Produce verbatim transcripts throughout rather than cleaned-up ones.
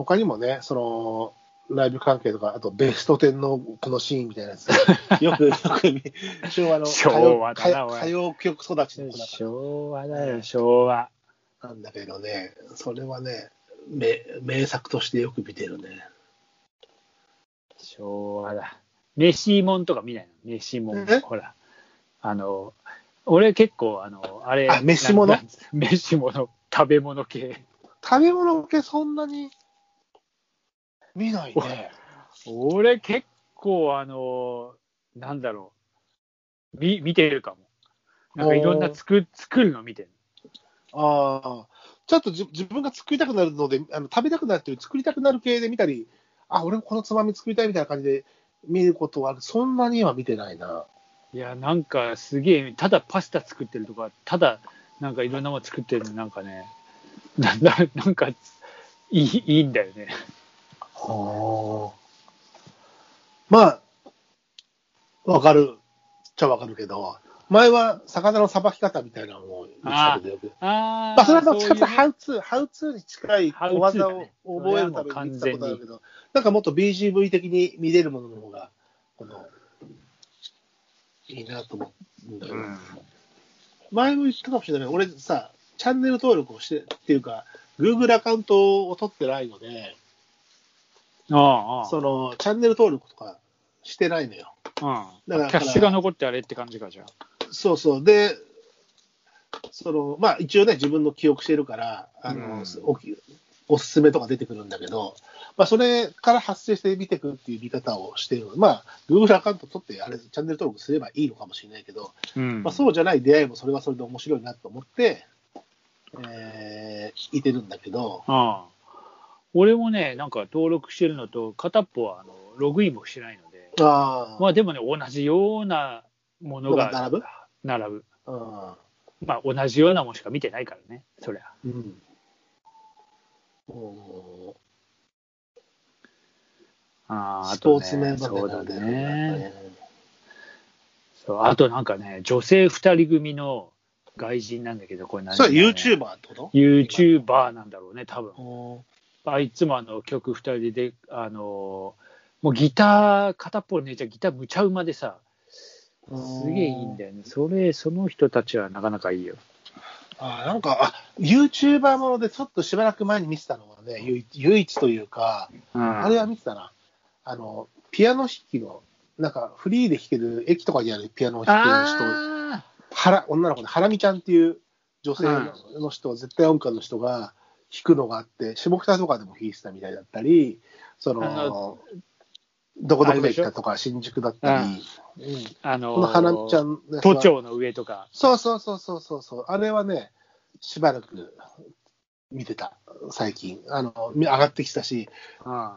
他にもね、その、ライブ関係とか、あとベストテンのこのシーンみたいなやつ、よく、よく見、昭和の歌昭謡和だな、おい歌謡曲育ちの子だから。 昭和だよ、昭和。 なんだけどね、それはね、名、名作としてよく見てるね。 昭和だ。飯もんとか見ないの？飯もん。ほら。あの、俺結構、あの、あれ、 あ、飯物？ 飯物、食べ物系。 食べ物系そんなに見ないね。 俺結構、あの、なんだろう、見、見てるかも。なんかいろんな作、作るの見てる。 ああ、ちょっとじ自分が作りたくなるので、あの食べたくなるという作りたくなる系で見たり、あ、俺もこのつまみ作りたいみたいな感じで見ることはある。そんなには見てないな。 いや、なんかすげえ、ただパスタ作ってるとか、ただなんかいろんなもの作ってるの、なんかね、な, ななんかいい、いいんだよね。 はあ。まあ、わかるっちゃわかるけど、前は魚のさばき方みたいなのを言ってたけどよく。 ああ、 まあ、それはどっちかというと、 ね、 ハウツー、ハウツーに近い小技を覚えるために見てたことあるけど、なんかもっと ビージーブイ 的に見れるものの方が、この、いいなと思うんだよ、うん。前も言ったかもしれないけど、俺さ、チャンネル登録をして、っていうか、Google アカウントを取ってないので、 ああその、チャンネル登録とかしてないのよ。 ああだからキャッシュが残ってあれって感じか、じゃあ。 そうそう。で、その、まあ一応ね、自分の記憶してるから、あの、うん、お, おすすめとか出てくるんだけど、まあそれから発生して見ていくっていう見方をしてるので、まあ Google アカウント取ってあれ、チャンネル登録すればいいのかもしれないけど、うん、まあそうじゃない出会いもそれはそれで面白いなと思って、えー、いてるんだけど、 ああ俺もね、なんか登録してるのと、片っぽはあのログインもしてないので、あまあでもね、同じようなものが並ぶ並ぶ。 あまあ同じようなものしか見てないからね、そりゃ。うん、 おああスポーツ面とね、そうだね。そうあとなんかね、女性二人組の外人なんだけど、これ何、ね、 それ YouTuber ってこと ?YouTuber なんだろうね、多分。あいつもあの曲二人で、あのもうギター、片っぽの姉ちゃんギターむちゃうまでさ、すげえいいんだよね。それ、その人たちはなかなかいいよ。 あなんか、あ、YouTuber ものでちょっとしばらく前に見てたのはね、唯, 唯一というか、うん、あれは見てたな。あの、ピアノ弾きの、なんかフリーで弾ける、駅とかにあるピアノを弾ける人、はら女の子で、ハラミちゃんっていう女性 の,、うん、の人、絶対音感の人が弾くのがあって、下北とかでも弾いてたみたいだったり、その、どこどこで行ったとか、新宿だったり、 うん、あのー、 このハラミちゃん、 都庁の上とか。 そうそうそうそうそうそう、あれはね、しばらく見てた、最近。あの、上がってきたし。 あ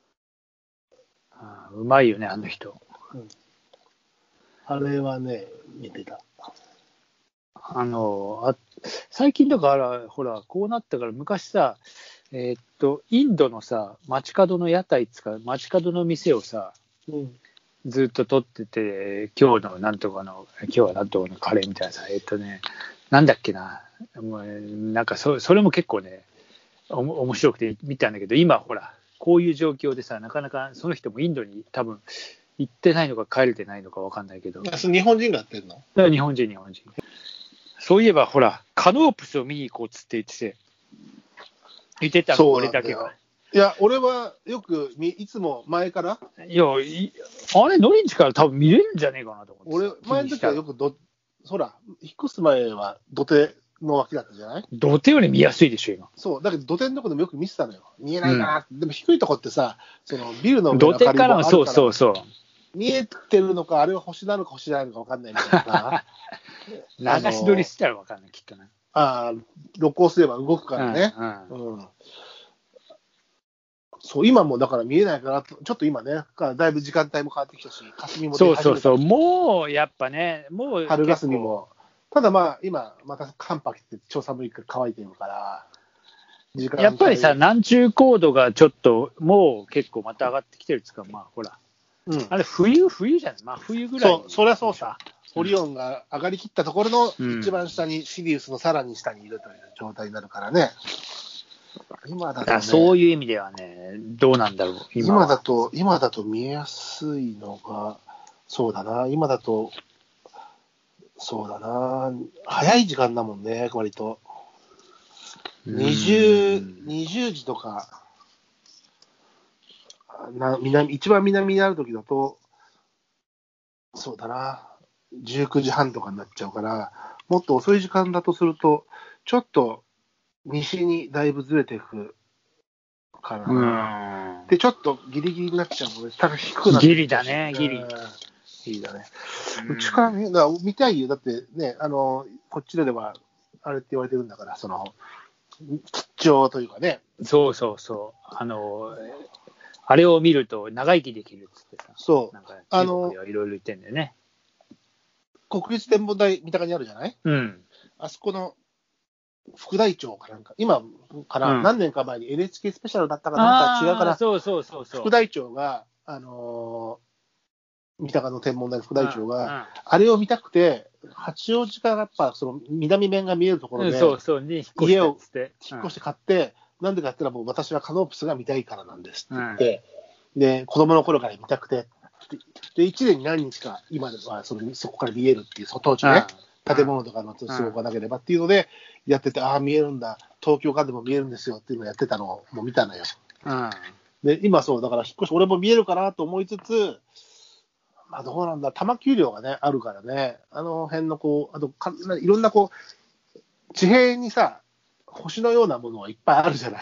あうまいよね、あの人。 うん、あれはね、見てた。 あのあ、最近だから、ほら、こうなったから、昔さ、えー、っと、インドのさ、街角の屋台つか、街角の店をさ、うん、ずっと撮ってて、今日のなんとかの、今日はなんとかのカレーみたいなさ、えー、っとね、なんだっけな、もうなんかそ、それも結構ね、おも面白くて見たんだけど、今ほら、こういう状況でさ、なかなかその人もインドに多分行ってないのか帰れてないのか分かんないけど。 日本人がやってるの？だから日本人、日本人。そういえばほら、カノープスを見に行こうっつって言ってて、言ってたの、俺だけが。 いや、俺はよくいつも前から。 いや、いあれ、ノリンチから多分見れるんじゃねえかなと思って。 俺、前の時はよくど、ほら、引っ越す前は土手の脇だったじゃない？ 土手より見やすいでしょ、今。 そう、だけど土手のとこでもよく見てたのよ。見えないかな、うん、でも低いとこってさ、そのビルの上の土手からもそうそうそう。 見えてるのか、あれは星なのか星じゃないのか分かんないみたいな。流し撮りしたら分かんない、きっとね。 ああ、録音すれば動くからね。うんうんうん、そう、今もだから見えないかなと、ちょっと今ね、だいぶ時間帯も変わってきたし、霞も出始めたし。 そうそうそう、もうやっぱね、もう春霞も。ただまあ、今、また寒波来て超寒いから乾いてるから、 時間やっぱりさ、南中高度がちょっと、もう結構また上がってきてるっつうか、まあほら、うん、あれ冬、冬じゃない、まあ冬ぐらい。 そう、そりゃそうさ。オリオンが上がりきったところの一番下に、うん、シリウスのさらに下にいるという状態になるからね。 今だと、ね、 そういう意味ではね、どうなんだろう。 今, 今だと、今だと見えやすいのが、そうだな、今だと、そうだな、早い時間だもんね、割と。にじゅう、にじゅうじとか、な南一番南になるときだと、そうだな、じゅうくじはんとかになっちゃうから、もっと遅い時間だとすると、ちょっと西にだいぶずれていくからな。で、ちょっとギリギリになっちゃうので、ただ低くなってギリだね、ギリ。 ギリだね。うちから見、だから見たいよ。だってね、あの、こっちでは、あれって言われてるんだから、その、吉兆というかね。 そうそうそう。あの、あれを見ると長生きできるっつってさ。 そう。 なんか、あの、いろいろ言ってんだよね。 国立展望台、三鷹にあるじゃない？ うん。 あそこの、副大長かなんか、今から、何年か前に エヌエイチケー スペシャルだったかなんか違うから、 そうそうそうそう。 副大長が、あのー、三鷹の天文台の副大長が、あれを見たくて、八王子からやっぱその南面が見えるところで、 そうそうね、 家を引っ越して買って、なんでかって言ったらもう私はカノープスが見たいからなんですって言って、で、子供の頃から見たくて、で、いちねんに何日か今ではそのそこから見えるっていう、当時ね、建物とかの都合がなければっていうので、やってて、ああ、見えるんだ、東京からでも見えるんですよっていうのをやってたのをもう見たのよ。うん、で、今そう、だから引っ越し、俺も見えるかなと思いつつ、まあどうなんだ、玉丘陵がね、あるからね、あの辺のこう、あとか、いろんなこう、地平にさ、星のようなものはいっぱいあるじゃない。うん、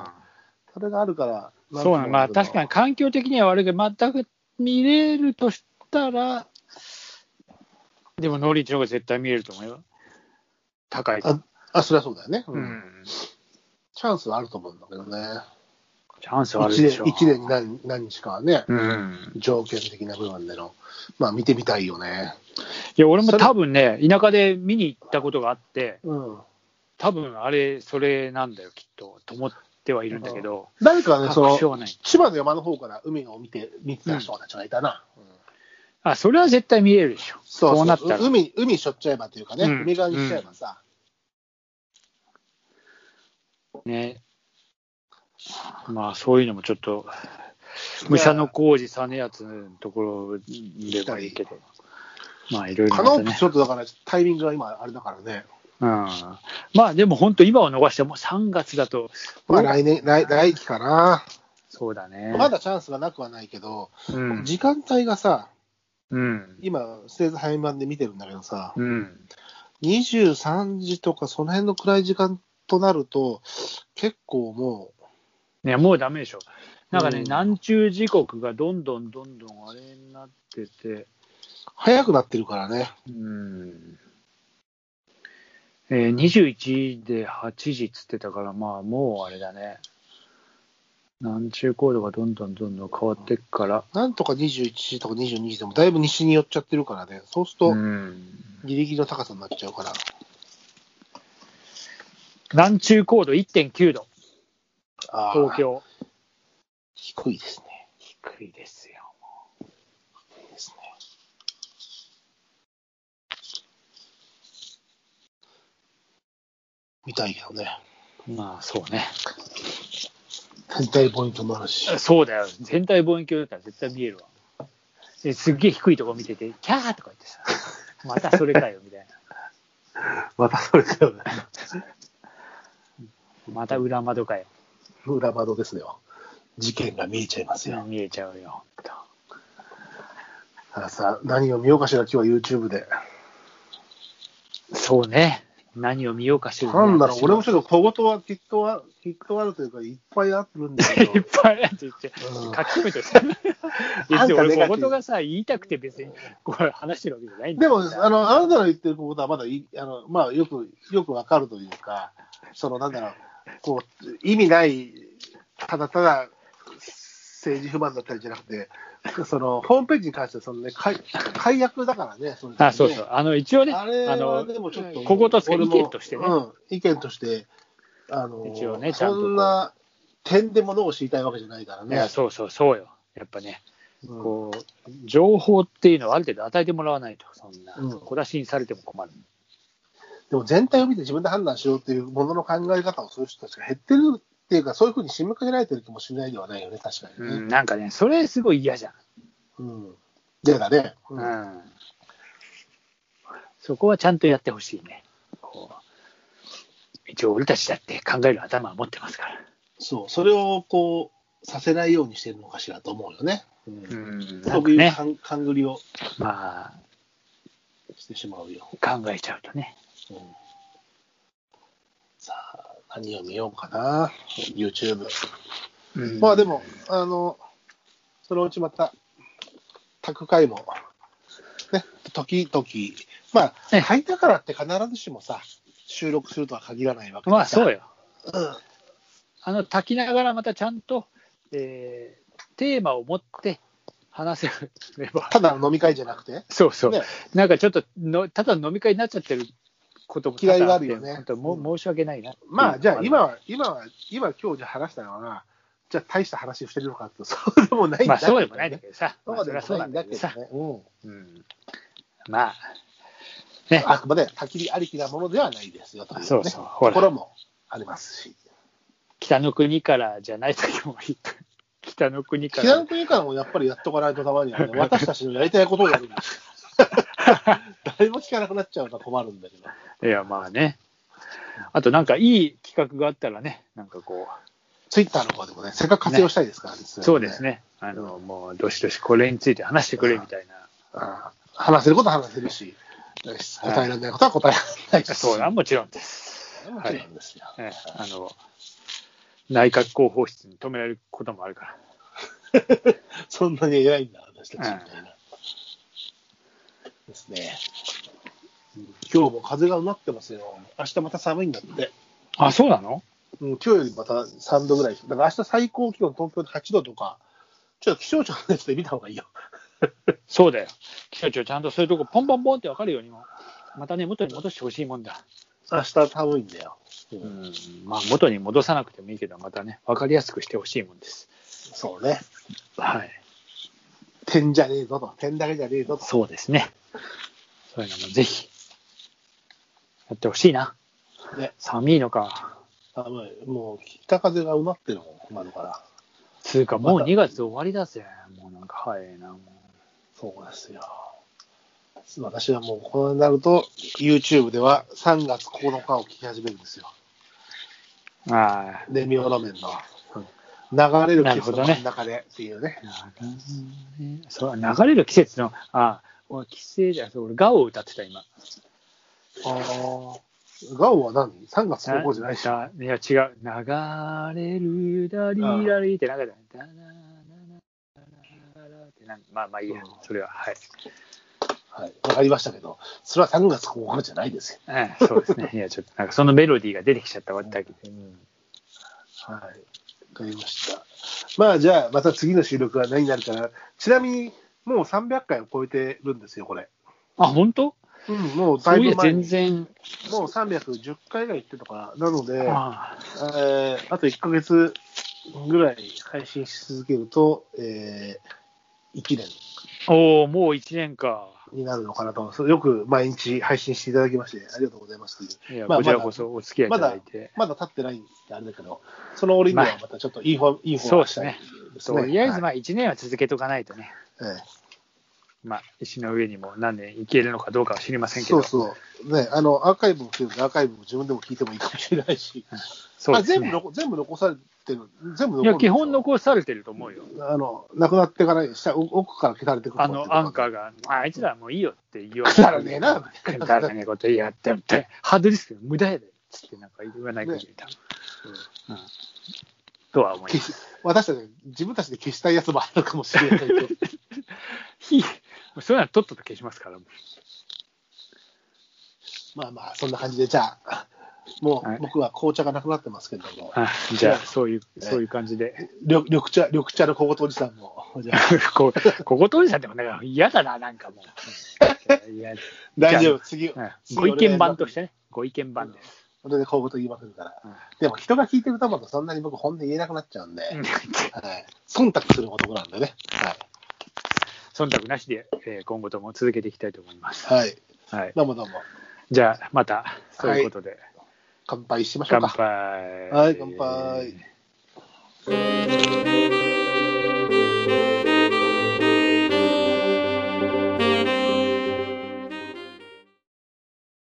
それがあるから、 そうな、まあ確かに環境的には悪いけど、全く見れるとしたら、でもノーリーチの方が絶対見えると思うよ。高いと。 あ、あ、そりゃそうだよね。 うん。うん、 チャンスはあると思うんだけどね。 チャンスはあるでしょ。 いちねんに何、何日かはね、 うん、 条件的な部分での、まあ見てみたいよね。 いや、俺も多分ね、田舎で見に行ったことがあって、 うん、 多分あれ、それなんだよ、きっと、と思ってはいるんだけど。 うん、誰かね、その、千葉の山の方から海を見て、見てた人たちがいたな。うんうん、 あ、それは絶対見えるでしょ。 そうそう、 そうなったら。 海、海しょっちゃえばというかね、うん、海側にしちゃえばさ。 うん、ね。まあ、そういうのもちょっと、武者の工事実篤のところでもいいけど、まあ、いろいろ、ね。 カノープちょっとだから、タイミングが今、あれだからね。 うん。まあ、でも本当、今を逃してもさんがつだと。 まあ、来年、来、来期かな。 そうだね。 まだチャンスがなくはないけど、 うん、 時間帯がさ、 うん、 今、ステージ早番で見てるんだけどさ、 うん、 にじゅうさんじとかその辺の暗い時間となると、結構もう。いや、もうダメでしょ。なんかね、うん、南中時刻がどんどんどんどんあれになってて。 早くなってるからね。 うん。えー、にじゅういちではちじっつってたから、まあもうあれだね。南中高度がどんどんどんどん変わっていくから。 なんとかにじゅういちじとかにじゅうにじでもだいぶ西に寄っちゃってるからね。そうすると、ギリギリの高さになっちゃうから。 南中高度 いってんきゅうど。東京。 低いですね。 低いですよ。 低いですね。見たいけどね。 まあ、そうね。 全体望遠鏡もあるし。 そうだよ。全体望遠鏡だったら絶対見えるわ。ですっげえ低いとこ見てて、キャーとか言ってさ、またそれかよ、みたいな。またそれかよ、ね。 また裏窓かよ。 裏窓ですよ。事件が見えちゃいますよ。 見えちゃうよ。 たださ、何を見ようかしら、今日は YouTube で。 そうね。何を見ようかしら、ね。 なんだろう、俺もちょっと小言はきっとは、きっとあるというか、いっぱいあるんだけど。 いっぱいあるって言って、うん、書き留めてさ。別に俺小言がさ、言いたくて別にこれ話してるわけじゃないんだでも、あの、あなたの言ってることはまだい、あの、まあ、よく、よくわかるというか、その、なんだろう、こう、意味ない、ただただ、政治不満だったりじゃなくて、その、ホームページに関しては、そのね、解、解約だからね、それ、ね。 あ、そうそう。あの、一応ね、 あれはでもちょっと、 小言として意見としてね。 うん、意見として、あの、 一応ね、ちゃんと。 そんな点でものを知りたいわけじゃないからね。 いや、そうそう、そうよ。やっぱね、うん、こう、情報っていうのはある程度与えてもらわないと、そんな、うん、小出しにされても困る。 でも全体を見て自分で判断しようっていうものの考え方をする人たちが減ってるっていうか、そういうふうに仕向けられてる気もしないではないよね、確かにね。 うん、なんかね、それすごい嫌じゃん。 うん。嫌だね。 うん。うん、そこはちゃんとやってほしいね。こう一応俺たちだって考える頭は持ってますから。 そう、それをこう、させないようにしてるのかしらと思うよね。うん。うん、そういう勘、勘繰りを、 まあ、 してしまうよ。 考えちゃうとね。 うん、さあ、何を見ようかな、YouTube。うん、まあでも、あの、そのうちまた、宅会も、ね、時々、まあ、書いたからって必ずしもさ、収録するとは限らないわけでまあそうよ。 うん、あの炊きながらまたちゃんと、えー、テーマを持って話せれば。 ただの飲み会じゃなくて。 そうそう。ね、なんかちょっとの、ただ飲み会になっちゃってることも嫌いがあるよね。 本当も、うん、申し訳ないな。 まあ、じゃあ今は、今は、今今日じゃ話したのは、じゃあ大した話をしてるのかって、そうでもないんだけど、ね。 まあそうでもないんだけどさ。 そうでもないんだけどさ。 うんうん、まあ、ね。 あくまで焚き火ありきなものではないですよという、ね、 そうそう。 ところもありますし。 北の国からじゃない時もいい。北の国から。 北の国からもやっぱりやっとかないとたまにはね、私たちのやりたいことをやるんですよ。誰も聞かなくなっちゃうのは困るんだけど。 いや、まあね。あとなんかいい企画があったらね、なんかこう。 ツイッターの方でもね、せっかく活用したいですからね。ねそうですね。あの、うん、もう、どしどしこれについて話してくれみたいな。 ああ話せることは話せるし、答えられないことは答えられないし。 そうだ、もちろんです。 もちろんですよ。 はい、あの、内閣広報室に止められることもあるから。 そんなに偉いんだ、私たちみたいな。うん、ですね。今日も風がうなってますよ。明日また寒いんだって。 あ、そうなの？ うん、今日よりまたさんどぐらい。だから明日最高気温東京ではちどとか、ちょっと気象庁のやつで見た方がいいよ。 そうだよ。気象庁ちゃんとそういうとこポンポンポンって分かるようにも。またね、元に戻してほしいもんだ。 明日寒いんだよ。 うん、まあ元に戻さなくてもいいけど、またね、分かりやすくしてほしいもんです。 そうね。 はい。 点じゃねえぞと。点だけじゃねえぞと。 そうですね。そういうのもぜひ、やってほしいな。ね。寒いのか。 寒い。もう北風がうなってるもん、今のから。 つうか、もうにがつ終わりだぜ。もうなんか早いな、もう。 そうですよ。私はもうこうなると YouTube ではさんがつここのかを聞き始めるんですよ。 ああ。 レミオロメンの流れる季節の真ん中でっていうね。 ね、そう流れる季節の、ああ、季節じゃ、俺ガオを歌ってた今。ああ。ガオは何 ?さん 月ここじゃないし。いや違う。流れるダリラリってなんかだ。ダナナナナってなんまあまあいいや、それははい。 はい、わかりましたけど、それはさんがつここじゃないですよ。 ええ、そうですね。いや、ちょっと、なんかそのメロディーが出てきちゃったわけで、うん。 はい。わかりました。まあ、じゃあ、また次の収録は何になるかな。ちなみに、もうさんびゃっかいを超えてるんですよ、これ。 あ、本当？ うん、もうだいぶ前に。 全然。 もうさんびゃくじゅっかいぐらい行ってたから。なので、あ, えー、あといっかげつぐらい配信し続けると、えー、いちねん。 おお、もういちねんか。 になるのかなと。よく毎日配信していただきまして、ありがとうございますという。 いや、まあ、こちらこそお付き合いいただいて。 まだ、まだ経ってないんであれだけど、その折にはまたちょっといい方、まあ、いい方をしたいですね。とりあえず、まあいちねんは続けとかないとね。 はい、 まあ、石の上にも何年いけるのかどうかは知りませんけど。 そうそう。ね、あの、アーカイブも来てるんで、アーカイブも自分でも聞いてもいいかもしれないし。うん、そうですね。全部残、全部残されてる。全部残る。 いや、基本残されてると思うよ。 あの、亡くなってから下、奥から消されてくる。 あの、アンカーが、あ、あいつらもういいよって言われて。くだらねえな。 くだらねえことやってって、ハードディスク無駄やで。つってなんか言わないかじた、ね。うん。うん。とは思います。 私たち、自分たちで消したいやつもあるかもしれないけど。 ひそういうのはとっとと消しますから。 まあまあ、そんな感じで、じゃあ、もう僕は紅茶がなくなってますけども。 あじゃあ、そういう、そういう感じで。 緑, 緑茶、緑茶の小言おじさんも。じゃあ小言おじさんでもなんか嫌だな、なんかもう。 いや大丈夫、次。 ご意見番としてね。ご意見番です。 本当に小言言いまくるから。うん、でも人が聞いてると思うとそんなに僕本音言えなくなっちゃうんで。はい、忖度する男なんでね。はい。 忖度なしで、えー、今後とも続けていきたいと思います。 はい。 はい。 どうもどうも。 じゃあ、また、そういうことで。 はい、乾杯しましょうか。 乾杯。 はい、乾杯。 す。